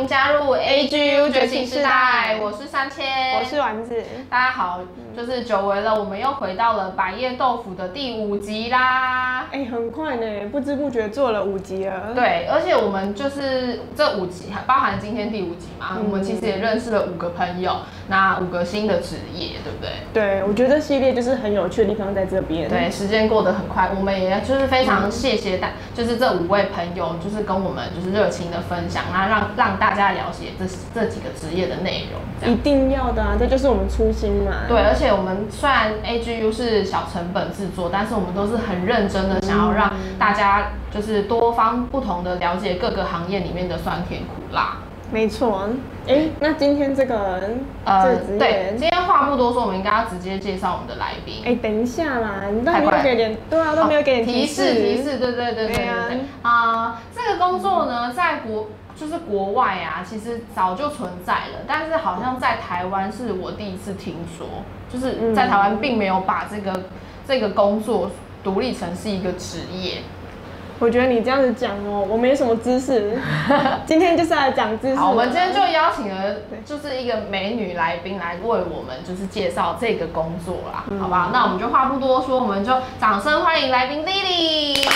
迎加入 AGU 觉醒世代，我是3000， 我是丸子。 大家好，就是久违了，我们又回到了百叶豆腐的第5集啦。 很快呢，不知不觉做了5集了。 对，而且我们就是这5集，包含今天第5集嘛，我们其实也认识了5个朋友，那5个新的职业，对不对？ 对，我觉得这系列就是很有趣的地方在这边。 对，时间过得很快，我们也就是非常谢谢就是这5位朋友，就是跟我们就是热情的分享，然后让大家了解这几个职业的内容。 一定要的啊，这就是我们初心嘛。 对，而且我们虽然 AGU 是小成本制作，但是我们都是很认真的想要让大家就是多方不同的了解各个行业里面的酸甜苦辣。 没错。那今天这个对，今天话不多说，我们应该要直接介绍我们的来宾。 等一下啦，你都没有给点，对啊，都没有给点提示， 对。这个工作呢，在国外啊，其实早就存在了，但是好像在台湾是我第一次听说，就是在台湾并没有把这个工作独立成是一个职业。 我觉得你这样子讲哦，我没什么知识。今天就是来讲知识。 好，我们今天就邀请了就是一个美女来宾来为我们就是介绍这个工作啦，好不好？那我们就话不多说，我们就掌声欢迎来宾 Lily。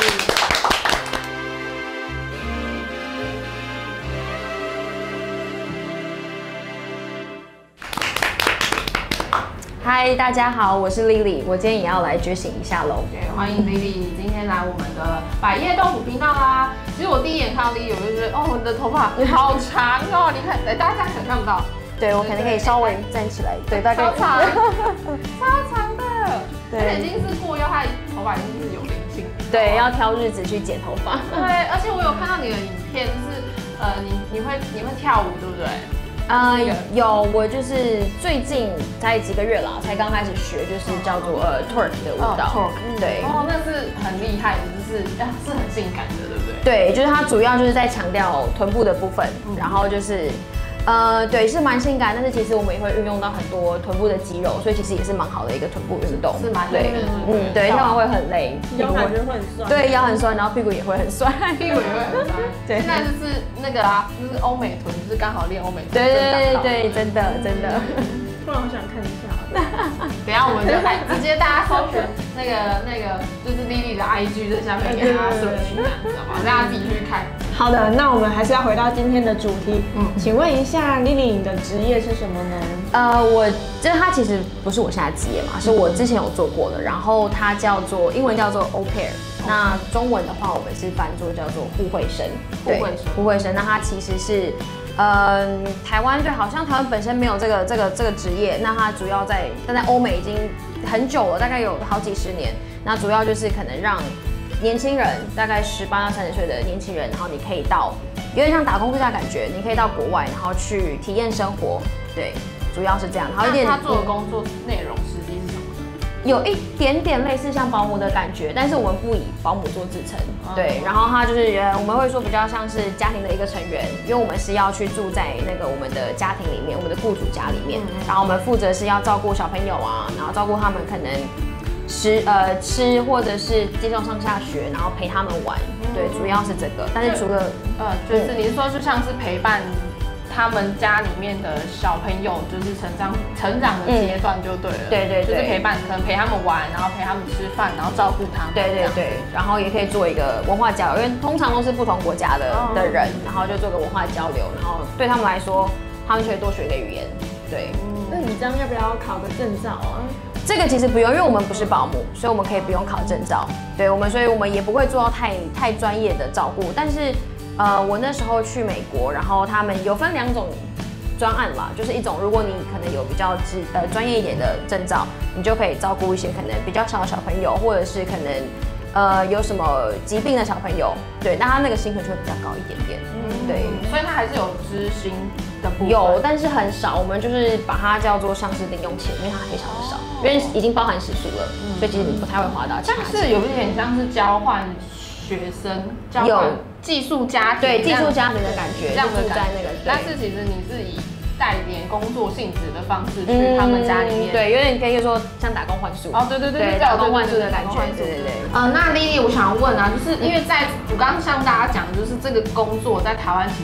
嗨，大家好，我是 Lily， 我今天也要来觉醒一下喽。 对，欢迎 Lily 今天来我们的百叶豆腐频道啦。其实我第一眼看到 Lily， 我就觉得哦，你的头发好长哦，你看，大家可能看不到。 对，我可能可以稍微站起来，对，大概。 超长，超长的，对，而且已经是过腰，他头发已经是有灵性。 对，要挑日子去剪头发。 对，而且我有看到你的影片，就是你会跳舞，对不对？ 有，我就是最近才几个月啦，才刚开始学，就是叫做twerk 的舞蹈。对。 哦，那是很厉害的，是很性感的，对不对？ 对，就是它主要就是在强调臀部的部分，然后就是。对，是蛮性感，但是其实我们也会运用到很多臀部的肌肉，所以其实也是蛮好的一个臀部运动。 是蛮累的， 对，跳完会很累， 腰感觉会很酸。 对，腰很酸，然后屁股也会很酸。 屁股也会很酸。对，现在就是那个啊，就是欧美臀，就是刚好练欧美臀。 对，真的。 突然好想看一下。 等一下我们就来直接大家搜寻那个就是 Lily 的 IG 在下面给大家搜寻，知道吗？大家自己去看。 好的，那我们还是要回到今天的主题。请问一下 Lily 你的职业是什么呢？ 它其实不是我现在职业嘛，是我之前有做过的，然后它英文叫做 au pair， 那中文的话我们是翻作叫做互惠生。互惠生，那它其实是。台湾好像台湾本身没有这个职业，那它主要但在欧美已经很久了，大概有好几十年。那主要就是可能让年轻人，大概18到30岁的年轻人，然后你可以有点像打工度假感觉，你可以到国外，然后去体验生活。对，主要是这样。 然后他做的工作内容实际是什么？ 有一点点类似像保姆的感觉，但是我们不以保姆做自称。对，然后他就是我们会说比较像是家庭的一个成员，因为我们是要去住在我们的家庭里面，我们的雇主家里面，然后我们负责是要照顾小朋友啊，然后照顾他们可能吃或者是接送上下学，然后陪他们玩。对，主要是这个。但是除了就是你是说就像是陪伴他们家里面的小朋友，就是成长的阶段就对了。对，就是陪伴，可能陪他们玩，然后陪他们吃饭，然后照顾他们。 对，然后也可以做一个文化交流，因为通常都是不同国家的人，然后就做个文化交流，然后对他们来说，他们就会多学一个语言。对。 那你这样要不要考个证照啊？ 这个其实不用，因为我们不是保姆，所以我们可以不用考证照。对，所以我们也不会做到太专业的照顾。但是，我那时候去美国，然后他们有分2种专案啦，就是一种如果你可能有比较专业一点的证照，你就可以照顾一些可能比较小的小朋友，或者是可能有什么疾病的小朋友。对，那他那个薪水就会比较高一点点。对， 所以他还是有支薪的部分。 有，但是很少，我们就是把它叫做像是零用钱，因为它非常的少，因为已经包含时数了，所以其实你不太会花到其他钱。 但是有一点像是交换学生，交换寄宿家庭， 对，寄宿家庭的感觉， 这样的感觉。但是其实你是以带点工作性质的方式去他们家里面， 对，有点可以说像打工换宿。 哦，对，打工换宿的感觉，对。那 Lily， 我想问啊，就是因为我刚刚向大家讲，就是这个工作在台湾其实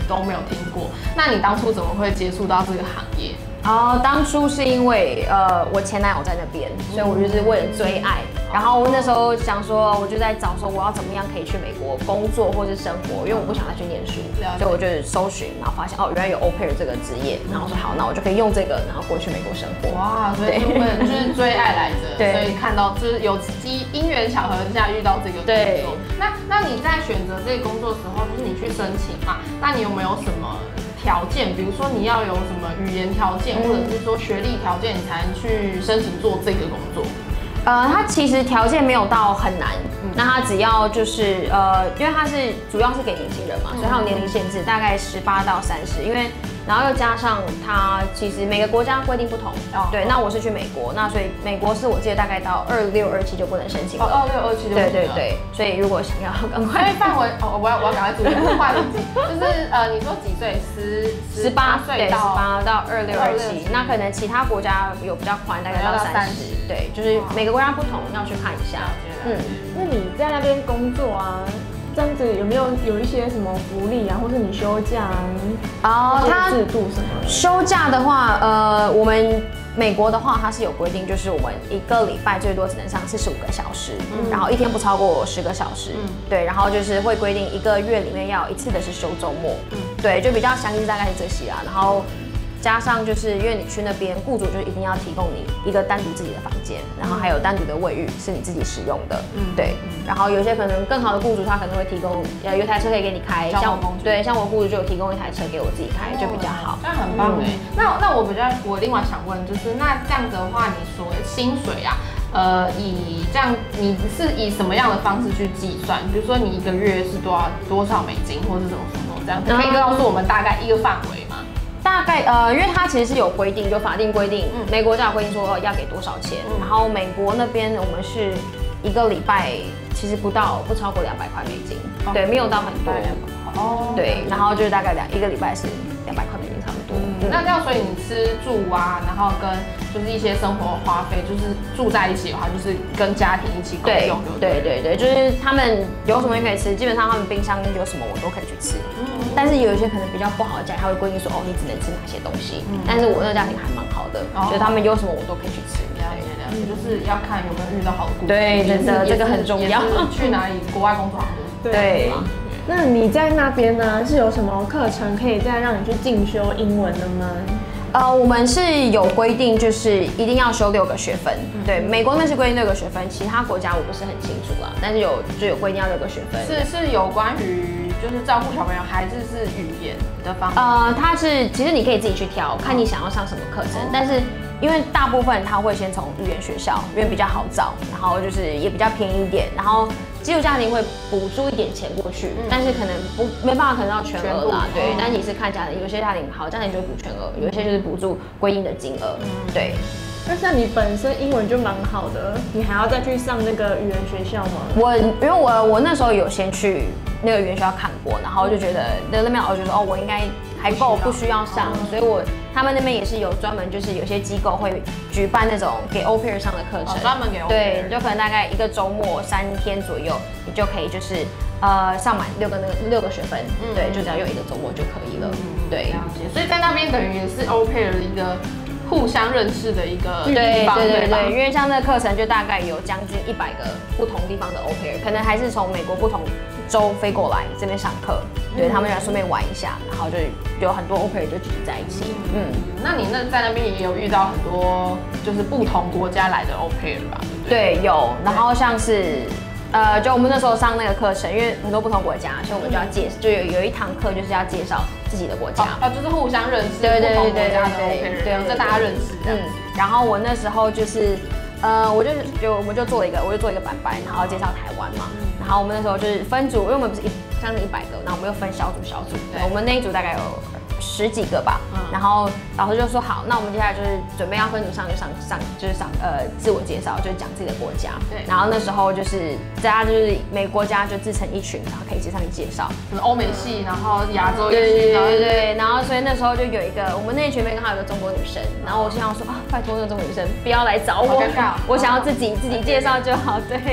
都没有听过。那你当初怎么会接触到这个行业？ 当初是因为我前男友在那边，所以我就是为了追爱。然后我那时候想说，我就在找说我要怎么样可以去美国工作或是生活，因为我不想再去念书，所以我就搜寻，然后发现原来有 au pair 这个职业，然后我说好，那我就可以用这个，然后过去美国生活。 哇，所以就是追爱来着，所以看到就是有因缘巧合下遇到这个工作。那你在选择这个工作的时候，就是你去申请嘛，那你有没有什么条件？比如说你要有什么语言条件，或者是说学历条件，你才能去申请做这个工作？ 它其实条件没有到很难，那它只要就是因为它是主要是给年轻人嘛，所以它有年龄限制，大概18到30，因为然后又加上它其实每个国家规定不同，对，那我是去美国，那所以美国是我记得大概到26、27就不能申请了 ，26、27就不行了。对， 所以如果想要赶快， 因为范围我要赶快注意话题，就是你说几岁？18岁到26、27，那可能其他国家有比较宽，大概到30，对，就是每个国家不同，要去看一下。 那你在那边工作啊？这样子有一些什么福利啊，或是你休假它制度什么的？ 休假的话，我们美国的话，它是有规定，就是我们一个礼拜最多只能上45个小时，然后一天不超过10个小时，对，然后就是会规定1个月里面要有1次的是休周末，对，就比较详细大概是这些啊，然后。加上就是因为你去那边，雇主就一定要提供你一个单独自己的房间，然后还有单独的卫浴是你自己使用的，对。然后有些可能更好的雇主，他可能会提供有一台车可以给你开，像我雇主就有提供一台车给我自己开，就比较好。 这样很棒哎。那我另外想问就是，那这样子的话，你说薪水啊，以这样你是以什么样的方式去计算？比如说你一个月是多少美金，或是什么这样，可以告诉我们大概一个范围吗？ 大概因为它其实是有规定，就法定规定，美国家有规定说要给多少钱，然后美国那边我们是一个礼拜其实不超过200块美金，对，没有到很多，对，然后就是大概一个礼拜是200块美金差不多。 那这样所以你吃住啊，然后跟就是一些生活花费，就是住在一起的话，就是跟家庭一起共用， 对，就是他们有什么可以吃，基本上他们冰箱有什么我都可以去吃。但是有一些可能比较不好的家庭，他会规定说你只能吃哪些东西。但是我那个家庭还蛮好的，所以他们有什么我都可以去吃。 了解，就是要看有没有遇到好的雇主。 对，真的这个很重要。 去哪里国外工作好多。 对。 那你在那边呢，是有什么课程可以再让你去进修英文的吗？ 我们是有规定，就是一定要修6个学分。对，美国那边是规定6个学分，其他国家我不是很清楚啦。但是有规定要6个学分。 是有关于就是照顾小朋友，还是语言的方面？ 它是其实你可以自己去挑，看你想要上什么课程。但是因为大部分他会先从语言学校，因为比较好找，然后就是也比较便宜一点，然后基础家庭会补助一点钱过去，但是可能没办法可能到全额啦，对。但你是看家庭，有些家庭好，家庭就会补全额，有一些就是补助规定的金额，对。 那像你本身英文就蛮好的，你还要再去上那个语言学校吗？ 因为我那时候有先去那个语言学校看过，然后就觉得那边我觉得我应该还够，不需要上，所以他们那边也是有专门就是有些机构会举办那种给 au pair 上的课程， 专门给 au pair， 对，你就可能大概一个周末3天左右，你就可以就是上满6个学分，对，就只要用1个周末就可以了，对。了解， 所以在那边等于也是 au pair 的一个互相认识的一个地方， 对，因为像那个课程就大概有将近100个不同地方的 au pair， 可能还是从美国不同州飞过来这边上课，对，他们要顺便玩一下，然后就有很多 au pair 就聚集在一起。 那你在那边也有遇到很多就是不同国家来的 au pair 吧？ 对，有，然后像是。就我们那时候上那个课程，因为很多不同国家，所以我们就要就有一堂课就是要介绍自己的国家， 就是互相认识不同国家的 au pair，对，跟大家认识。 然后我那时候就是，我们就做一个板板，然后介绍台湾嘛。然后我们那时候就是分组，因为我们不是将近100个，然后我们又分小组，对，我们那一组大概有10几个吧，然后老师就说好，那我们接下来就是准备要分组上自我介绍，就是讲自己的国家。对。然后那时候就是大家就是每个国家就自成一群，然后可以上去介绍， 什么欧美系，然后亚洲一群， 对。然后所以那时候就有一个我们那一群里面刚好有个中国女生，然后我就想说拜托那个中国女生不要来找我，我想要自己介绍就好，对。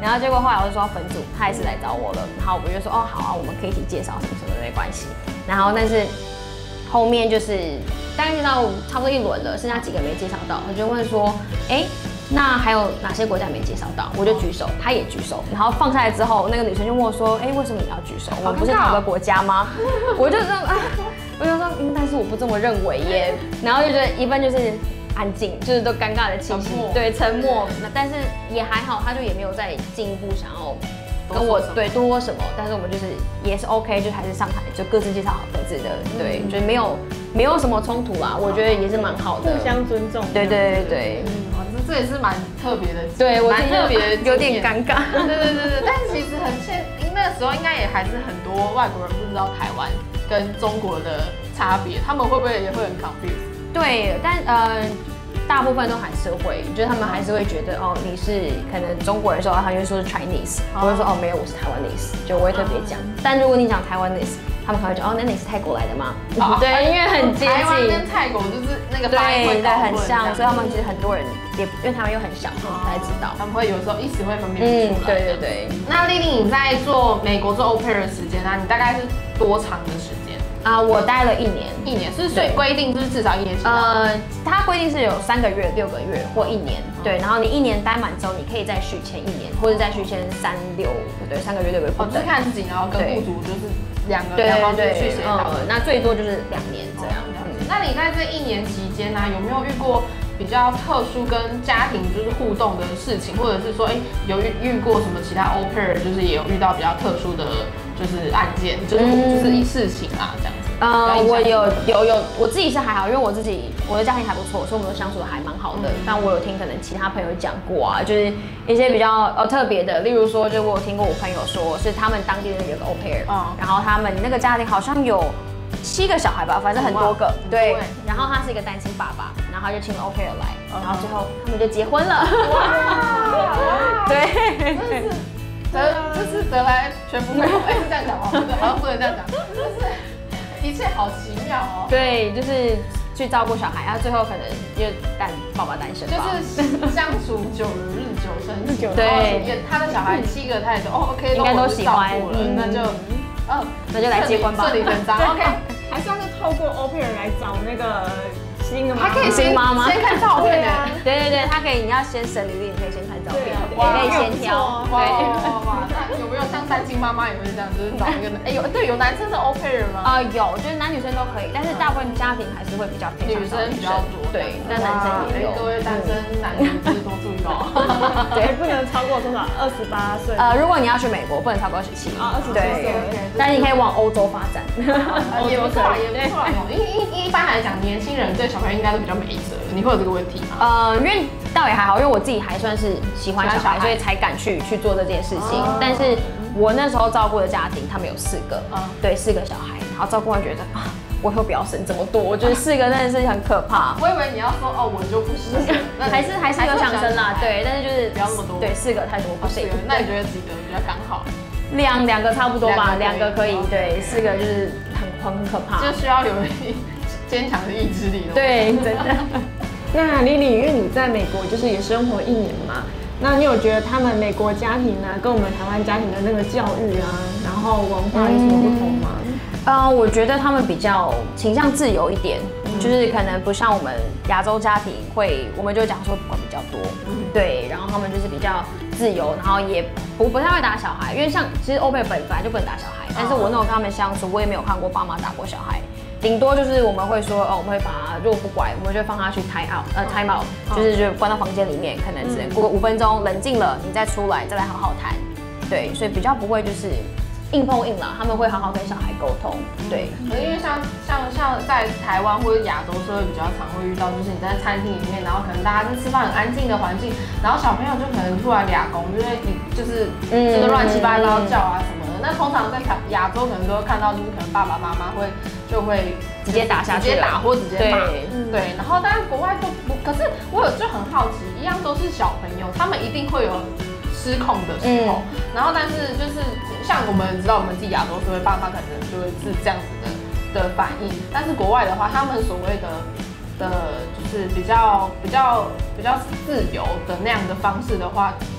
然后结果后来我就说要分组，他也是来找我了，然后我就说哦好啊，我们可以一起介绍什么什么的没关系。然后但是后面就是大概介绍差不多一轮了，剩下几个没介绍到，我就问说，哎。那还有哪些国家没介绍到？我就举手，他也举手，然后放下来之后，那个女生就问我说：“哎，为什么你要举手？我们不是同个国家吗？”我就这样，我就说，但是我不这么认为耶。然后就觉得一份就是安静，就是都尴尬的气息，对，沉默。但是也还好，他就也没有再进一步想要跟我对多说什么，但是我们就是也是 OK， 就还是上台就各自介绍好各自的，对，就是没有什么冲突啦，我觉得也是蛮好的， 互相尊重。 对对对对。 这也是蛮特别的， 对我蛮特别的， 有点尴尬。 对，但其实那个时候应该也还是很多外国人不知道台湾跟中国的差别，他们会不会也会很 confused？ 对，但大部分都还是会，就是他们还是会觉得哦，你是可能中国人的时候，他就会说是 Chinese， 我会说哦没有，我是台湾 nese， 就我会特别讲。但如果你讲台湾 nese， 他们可能会觉得哦，那你是泰国来的吗？对，因为很接近。 台湾跟泰国就是那个发音会很像，所以他们其实很多人也因为台湾又很小，不太知道。 他们会有时候一时会分辨不出来。 对对对。 那丽丽，你在做美国做 au pair 的时间啊，你大概是多长的时间？ 我待了1年 ，1年是规定就是至少1年。 它规定是有3个月、6个月或1年，对。然后你1年待满之后，你可以再续签1年，或者再续签3、6，对，3个月、6个月不等。 就是看自己，然后跟雇主就是两方去协调。 那最多就是2年这样。 那你在这1年期间呢，有没有遇过比较特殊跟家庭就是互动的事情，或者是说，有遇过什么其他 au pair， 就是也有遇到比较特殊的就是案件，就是事情啊这样子。 我有，我自己是还好，因为我的家庭还不错，所以我们都相处的还蛮好的。但我有听可能其他朋友讲过啊，就是一些比较特别的，例如说，就我有听过我朋友说，是他们当地的有个 au pair， 然后他们那个家庭好像有7个小孩吧，反正很多个，对。然后他是一个单亲爸爸，然后他就请了 au pair 来，然后最后他们就结婚了。哇！对。 这是得来全不会，是这样讲吗？好像不能这样讲，就是一切好奇妙哦。 对，就是去照顾小孩，然后最后可能因为爸爸单身吧， 就是相处久了日久生情。 对， 他的小孩7个，他也说OK， 应该都喜欢， 那就来结婚吧， 顺理成章。OK， 还算是透过 au pair 来找那个新的妈妈， 还可以新妈妈先看照片的。 对，他可以，你要先审履历，你可以先看照片，也可以先挑。 哇，那有没有像单亲妈妈也会这样，就是找一个有男生的 au pair 吗？ 有，就是男女生都可以，但是大部分家庭还是会比较偏女生比较多。 对，但男生也有。 各位单身男女就是多注意哦。 对，不能超过多少？28岁。 如果你要去美国，不能超过27。 27岁。 但是你可以往欧洲发展。 也不错，也不错。一般来讲，年轻人对小朋友应该都比较没辙。你会有这个问题吗？因为倒也还好，因为我自己还算是喜欢小孩，所以才敢去做这件事情。但是我那时候照顾的家庭，他们有4个，对，4个小孩，然后照顾完觉得我以后不要生这么多，我觉得4个真的是很可怕。 我以为你要说我就不生， 还是有想生啦，对，但是就是不要那么多， 对，4个太多不行。 那你觉得几个比较刚好 ？2个差不多吧，2个可以，对，4个就是很可怕， 就需要有坚强的意志力。 对，真的。 那莉莉，因为你在美国就是也生活1年嘛，那你有觉得他们美国家庭呢，跟我们台湾家庭的那个教育啊，然后文化有什么不同吗？ 我觉得他们比较倾向自由一点，就是可能不像我们亚洲家庭我们就讲说管比较多，对，然后他们就是比较自由，然后也不太会打小孩，因为像其实au pair本来就不能打小孩，但是我那种跟他们相处，我也没有看过爸妈打过小孩。顶多就是我们会说我们会把他如果不乖，我们就会放他去 time out， 就是关到房间里面，可能只能过个5分钟，冷静了你再出来，再来好好谈。对，所以比较不会就是硬碰硬啦，他们会好好跟小孩沟通。对， 因为像在台湾或者亚洲社会比较常会遇到，就是你在餐厅里面，然后可能大家是吃饭很安静的环境，然后小朋友就可能突然俩公，就是这个乱七八糟叫啊什么的。那通常在亚洲可能都会看到，就是可能爸爸妈妈就会直接打下去， 直接打或直接骂，对。然后但是国外就不，可是我就很好奇，一样都是小朋友，他们一定会有失控的时候。然后但是就是像我们知道，我们自己亚洲社会，爸妈可能就会是这样子的反应。但是国外的话，他们所谓的就是比较自由的那样的方式的话，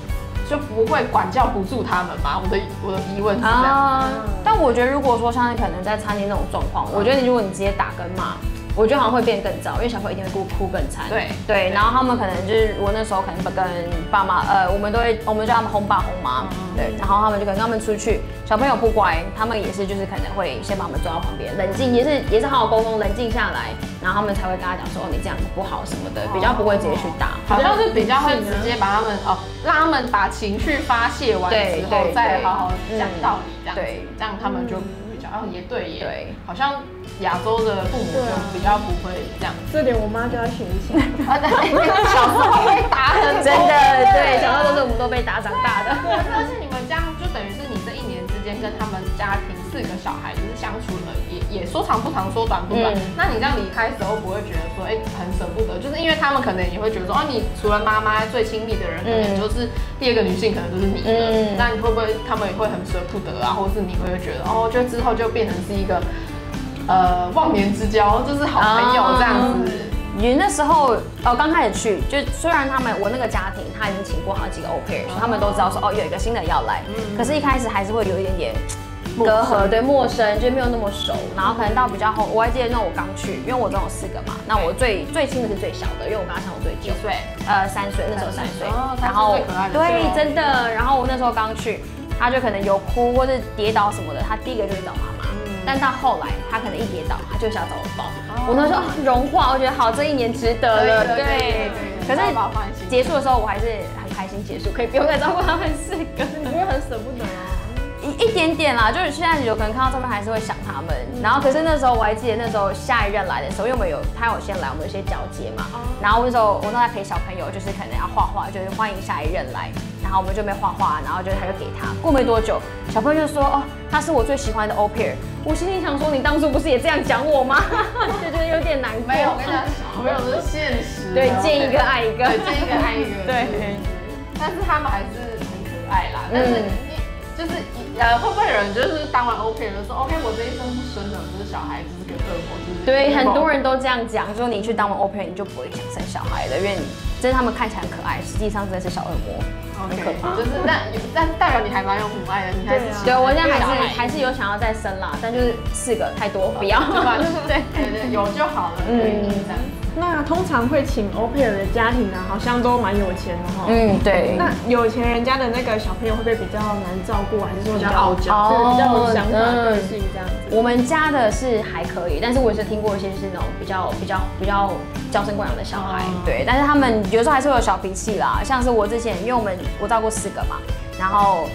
就不会管教不住他们吗？我的疑问是这样。 但我觉得如果说像可能在餐厅那种状况，我觉得如果你直接打跟骂。我觉得好像会变更糟，因为小朋友一定会哭更惨。对，然后他们可能就是我那时候可能跟爸妈，我们叫他们轰爸轰妈，对，然后他们就可能跟他们出去，小朋友不乖，他们也是就是可能会先把他们抓到旁边，冷静，也是好好沟通，冷静下来，然后他们才会跟他讲说，哦，你这样子不好什么的，比较不会直接去打， 好像是比较会直接把他们让他们把情绪发泄完之后，再好好讲道理这样子，这样他们就比较也对耶，好像。亚洲的父母就比较不会这样， 这点我妈就要学一下。 小时候被打很多， 真的对，小时候我们都被打长大的。 但是你们这样就等于是你这1年之间跟他们家庭4个小孩就是相处了，也说长不长，说短不短。那你这样离开的时候不会觉得说，很舍不得？就是因为他们可能也会觉得说，你除了妈妈最亲密的人，可能就是第2个女性，可能就是你了。那你会不会他们也会很舍不得啊？或是你会觉得就之后就变成是一个。忘年之交就是好朋友这样子。 因为那时候刚开始去，就虽然我那个家庭他已经请过好几个 au pair，他们都知道说有一个新的要来，可是一开始还是会有一点点隔阂，对，陌生，就没有那么熟。然后可能到比较后，我还记得那我刚去，因为我总有4个嘛，那我最亲的是最小的，因为我跟他相处最久。 几岁 ？3岁，那时候3岁。然后对，真的。然后我那时候刚去，他就可能有哭或是跌倒什么的，他第一个就会找妈妈。但到后来，他可能一跌倒，他就想找我抱。我那时候融化，我觉得好，这1年值得了。对。可是结束的时候，我还是很开心结束，可以不用再照顾他们4个。 你会很舍不得啊？ 一点点啦，就是现在有可能看到照片还是会想他们。然后可是那时候我还记得那时候下一任来的时候，因为他有先来，我们有些交接嘛。然后那时候我在陪小朋友，就是可能要画画，就是欢迎下一任来。然后我们就没画画，然后他就给他。过没多久，小朋友就说他是我最喜欢的 au pair。我心里想说，你当初不是也这样讲我吗？就觉得有点难过。 没有，我跟你讲，小朋友是现实。 对，见一个爱一个， 见一个爱一个。 对。 但是他们还是很可爱啦。但是就是会不会有人就是当完 au pair 就说 OK， 我这一生不生了，就是小孩就是个恶魔，就是对，很多人都这样讲，说你去当完 au pair 你就不会想生小孩了，因为真的他们看起来很可爱，实际上真的是小恶魔。很可怕， 就是但代表你还蛮有母爱的，你还是对我现在还是有想要再生啦，但就是4个太多，不要， 对，有就好了，这样。 那通常会请 au pair 的家庭啊，好像都蛮有钱的哈。 对。 那有钱人家的那个小朋友会不会比较难照顾，还是说比较傲娇，比较有想法、个性这样子？ 我们家的是还可以，但是我也是听过一些就是那种比较娇生惯养的小孩，对，但是他们有时候还是会有小脾气啦。像是我之前，因为我照顾4个嘛，然后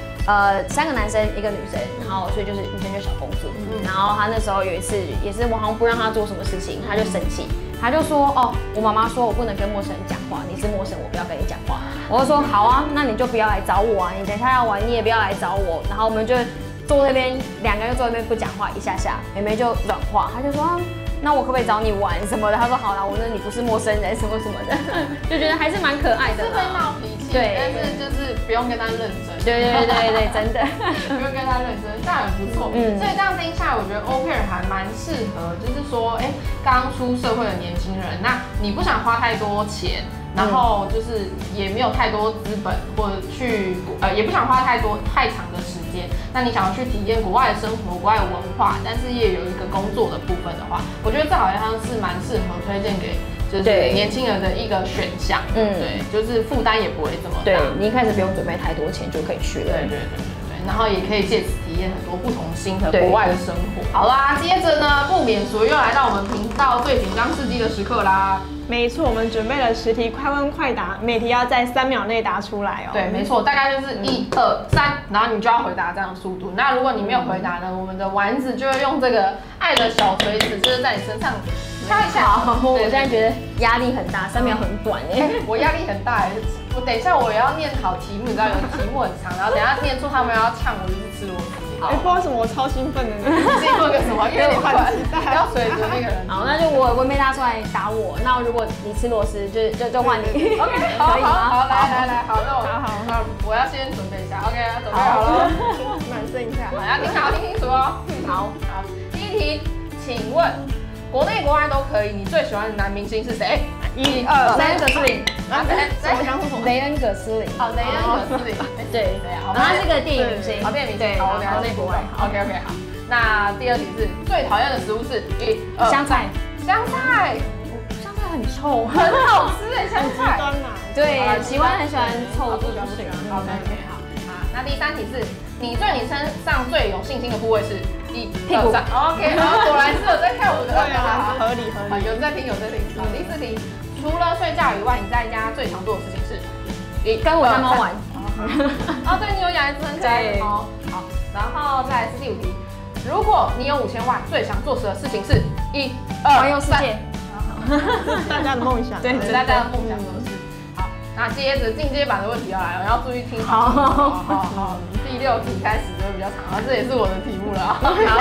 3个男生1个女生，然后所以就是女生就小公主。然后他那时候有一次也是我好像不让他做什么事情，他就生气。他就说我妈妈说我不能跟陌生人讲话，你是陌生人，我不要跟你讲话。我就说好啊，那你就不要来找我啊，你等一下要玩你也不要来找我。然后我们就坐那边，2个人就坐那边不讲话，一下下妹妹就软化，他就说那我可不可以找你玩什么的？他说好啦，我说你不是陌生人什么什么的，就觉得还是蛮可爱的。 是会闹脾气，对，但是就是不用跟他认真。 对，真的不用跟他认真，这样很不错。所以这样听下来，我觉得 au pair 还蛮适合，就是说，刚出社会的年轻人，那你不想花太多钱，然后就是也没有太多资本，或者也不想花太长的时间，那你想要去体验国外的生活、国外的文化，但是也有一个工作的部分的话，我觉得这好像是蛮适合推荐给就是年轻人的一个选项。对，就是负担也不会这么大。 对，你一开始不用准备太多钱就可以去了。 对，然后也可以借此体验很多不同新的国外的生活。好啦，接着呢，不免俗又来到我们频道最紧张刺激的时刻啦。 没错，我们准备了10题快问快答，每题要在3秒内答出来哦。 对，没错，大概就是1、2、3，然后你就要回答这样的速度。那如果你没有回答呢，我们的丸子就会用这个爱的小锤子，就是在你身上敲一下。 我现在觉得压力很大，3秒很短我压力很大我等一下我要念好题目，你知道有题目很长，然后等一下念出他们要呛我就是吃螺丝。 不知道为什么我超兴奋的呢？ 兴奋个什么？因为你很期待要随着那个人。 好，那就我妹她出来打我，那如果你吃螺丝，就换你。 OK， 好，来，好，那我要先准备一下。OK， 准备好了， 暖身一下。 好，要听清楚哦。好，第1题，请问国内国外都可以，你最喜欢的男明星是谁？1、2、3， 这是雷恩·葛斯林。 好，雷恩·葛斯林。 对，然后他是个电影明星。 好，电影明星。 对， 好，我等下内部外。OK，好。那第二题是最讨厌的食物是香菜。 香菜很臭， 很好吃哎，香菜。 对，喜欢很喜欢臭的东西。 好，那第三题是你对你身上最有信心的部位是屁股。OK， 好，果然是有在看我的。 对啊，合理。 有在听。好，第四题，除了睡觉以外，你在家最常做的事情是跟我家猫玩。 哦，对，你有养一只很可爱的猫。好，然后再来是第五题，如果你有5000万，最想做的事情是环游世界。 大家的梦想， 对，大家的梦想都是。好，那接着进阶版的问题要来了，要注意听。好，第6题开始就比较长，这也是我的题目了。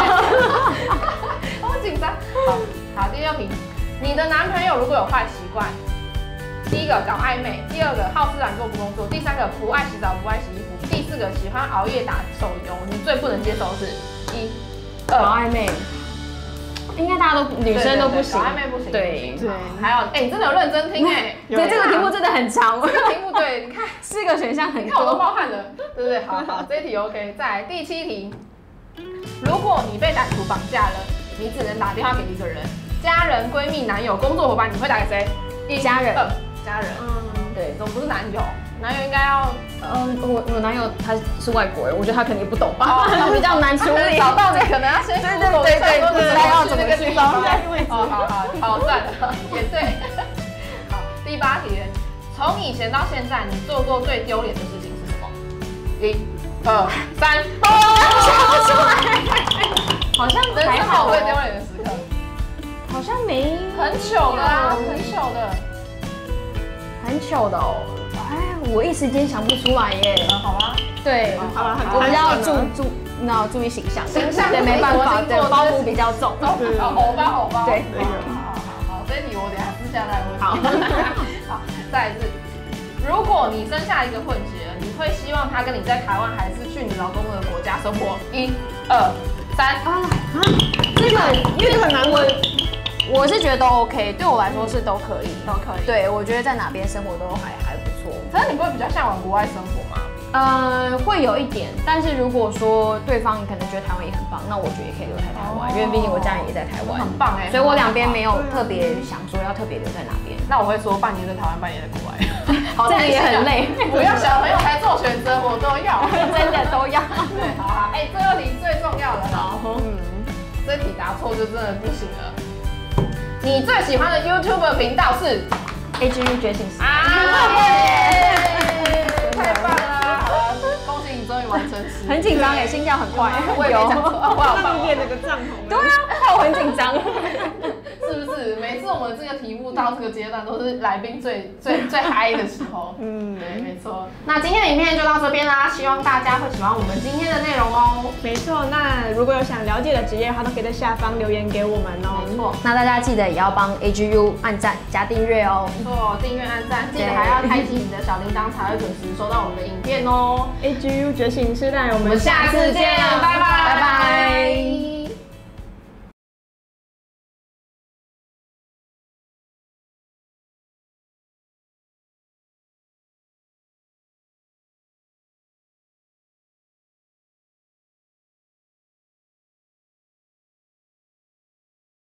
好紧张。好，第6题，你的男朋友如果有坏习惯，第一个搞暧昧，第二个好吃懒做不工作，第三个不爱洗澡不爱洗衣服，第四个喜欢熬夜打手游，你最不能接受的是搞暧昧。应该大家都女生都不行， 搞暧昧不行。 对， 还有你真的有认真听哎。 对，这个题目真的很长。 这个题目对，你看 4个选项很多， 你看我都冒汗了，对不对？好，这一题 OK。再来第7题，如果你被歹徒绑架了，你只能打电话给一个人，家人、闺蜜、男友、工作伙伴，你会打给谁？ 家人。 家人。对，总不是男友。男友应该要， 我男友他是外国人，我觉得他肯定不懂吧，比较难处理。 找到你可能要先对， 不知道要怎么去找下一个位置。好，算了，也对。好，第8题，从以前到现在，你做过最丢脸的事情是什么？1、2、3， 想不出来。好像还好，最丢脸的时刻， 好像没很糗的啊， 很糗的哦。哎，我一时间想不出来耶。 好吧。 对， 好吧， 我比较注意形象，对，没办法，对，包袱比较重。 好吧。 对， 好，这一题我等下私下再问。好，再来是，如果你生下一个混血儿，你会希望他跟你在台湾，还是去你老公的国家生活？1、2、3。 这个因为很难问。 我是觉得都 OK， 对我来说是都可以。对，我觉得在哪边生活都还不错。 可是你不会比较向往国外生活吗？ 会有一点，但是如果说对方可能觉得台湾也很棒，那我觉得也可以留在台湾，因为毕竟我家人也在台湾， 很棒哎。 所以我两边没有特别想说要特别留在哪边。 那我会说半年在台湾，半年在国外。 这个也很累。 我要小朋友才做选择，我都要， 真的都要。 对，好，最后题最重要的了。这题答错就真的不行了。你最喜欢的 YouTube 频道是 AGU 觉醒时代。 太棒了！好了，恭喜你终于完成10。 很紧张耶，心跳很快。 我也没讲错，我好棒。 练那个帐篷。 对啊，我很紧张。 是不是？每次我们这个题目到这个阶段，都是来宾最嗨的时候。对，没错。那今天的影片就到这边啦，希望大家会喜欢我们今天的内容哦。 没错，那如果有想了解的职业的话，都可以在下方留言给我们哦。 没错。 那大家记得也要帮 AGU 按赞加订阅哦。 没错，订阅按赞，记得还要开启你的小铃铛，才会准时收到我们的影片哦。 AGU 觉醒时代，我们下次见，拜拜。